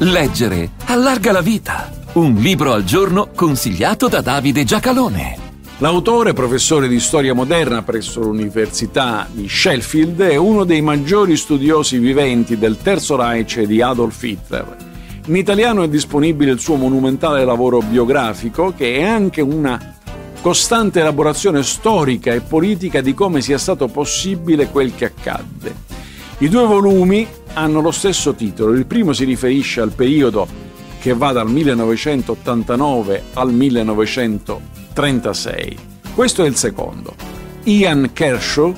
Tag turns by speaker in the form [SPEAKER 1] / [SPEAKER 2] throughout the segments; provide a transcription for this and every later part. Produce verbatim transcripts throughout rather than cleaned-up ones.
[SPEAKER 1] Leggere allarga la vita. Un libro al giorno consigliato da Davide Giacalone.
[SPEAKER 2] L'autore, professore di storia moderna presso l'Università di Sheffield, è uno dei maggiori studiosi viventi del Terzo Reich e di Adolf Hitler. In italiano è disponibile il suo monumentale lavoro biografico, che è anche una costante elaborazione storica e politica di come sia stato possibile quel che accadde. I due volumi hanno lo stesso titolo. Il primo si riferisce al periodo che va dal millenovecentottantanove al millenovecentotrentasei. Questo è il secondo. Ian Kershaw,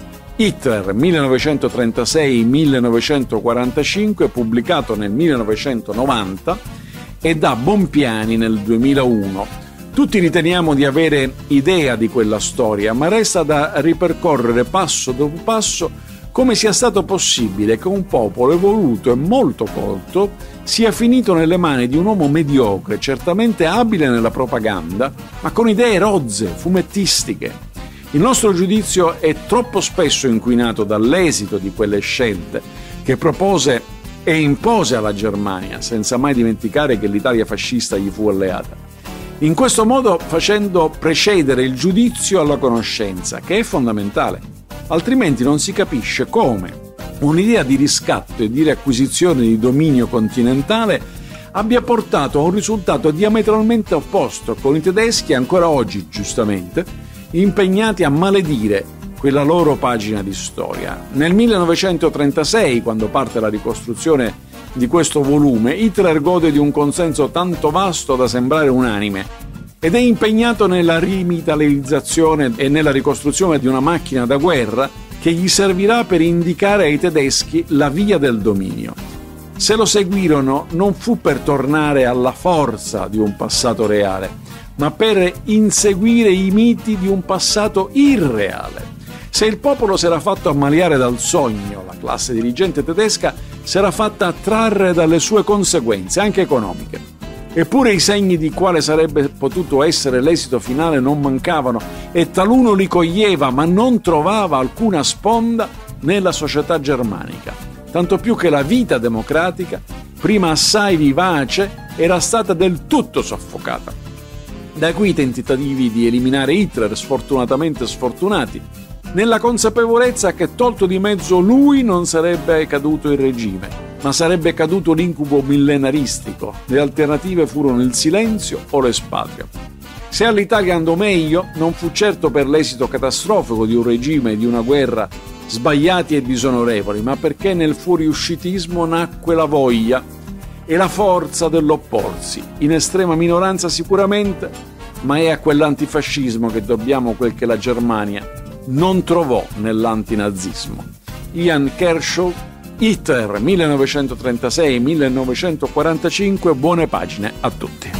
[SPEAKER 2] Hitler millenovecentotrentasei millenovecentoquarantacinque, pubblicato nel millenovecentonovanta, e da Bompiani nel duemilauno. Tutti riteniamo di avere idea di quella storia, ma resta da ripercorrere passo dopo passo come sia stato possibile che un popolo evoluto e molto colto sia finito nelle mani di un uomo mediocre, certamente abile nella propaganda, ma con idee rozze, fumettistiche. Il nostro giudizio è troppo spesso inquinato dall'esito di quelle scelte che propose e impose alla Germania, senza mai dimenticare che l'Italia fascista gli fu alleata. In questo modo facendo precedere il giudizio alla conoscenza, che è fondamentale. Altrimenti non si capisce come un'idea di riscatto e di riacquisizione di dominio continentale abbia portato a un risultato diametralmente opposto, con i tedeschi ancora oggi, giustamente, impegnati a maledire quella loro pagina di storia. Nel millenovecentotrentasei, quando parte la ricostruzione di questo volume, Hitler gode di un consenso tanto vasto da sembrare unanime ed è impegnato nella rimilitarizzazione e nella ricostruzione di una macchina da guerra che gli servirà per indicare ai tedeschi la via del dominio. Se lo seguirono non fu per tornare alla forza di un passato reale, ma per inseguire i miti di un passato irreale. Se il popolo si era fatto ammaliare dal sogno, la classe dirigente tedesca si era fatta trarre dalle sue conseguenze, anche economiche. Eppure i segni di quale sarebbe potuto essere l'esito finale non mancavano e taluno li coglieva, ma non trovava alcuna sponda nella società germanica. Tanto più che la vita democratica, prima assai vivace, era stata del tutto soffocata. Da qui i tentativi di eliminare Hitler, sfortunatamente sfortunati, nella consapevolezza che tolto di mezzo lui non sarebbe caduto il regime, ma sarebbe caduto l'incubo millenaristico. Le alternative furono il silenzio o l'espatrio. Se all'Italia andò meglio, non fu certo per l'esito catastrofico di un regime e di una guerra sbagliati e disonorevoli, ma perché nel fuoriuscitismo nacque la voglia e la forza dell'opporsi, in estrema minoranza sicuramente, ma è a quell'antifascismo che dobbiamo quel che la Germania non trovò nell'antinazismo. Ian Kershaw, Hitler millenovecentotrentasei millenovecentoquarantacinque, buone pagine a tutti.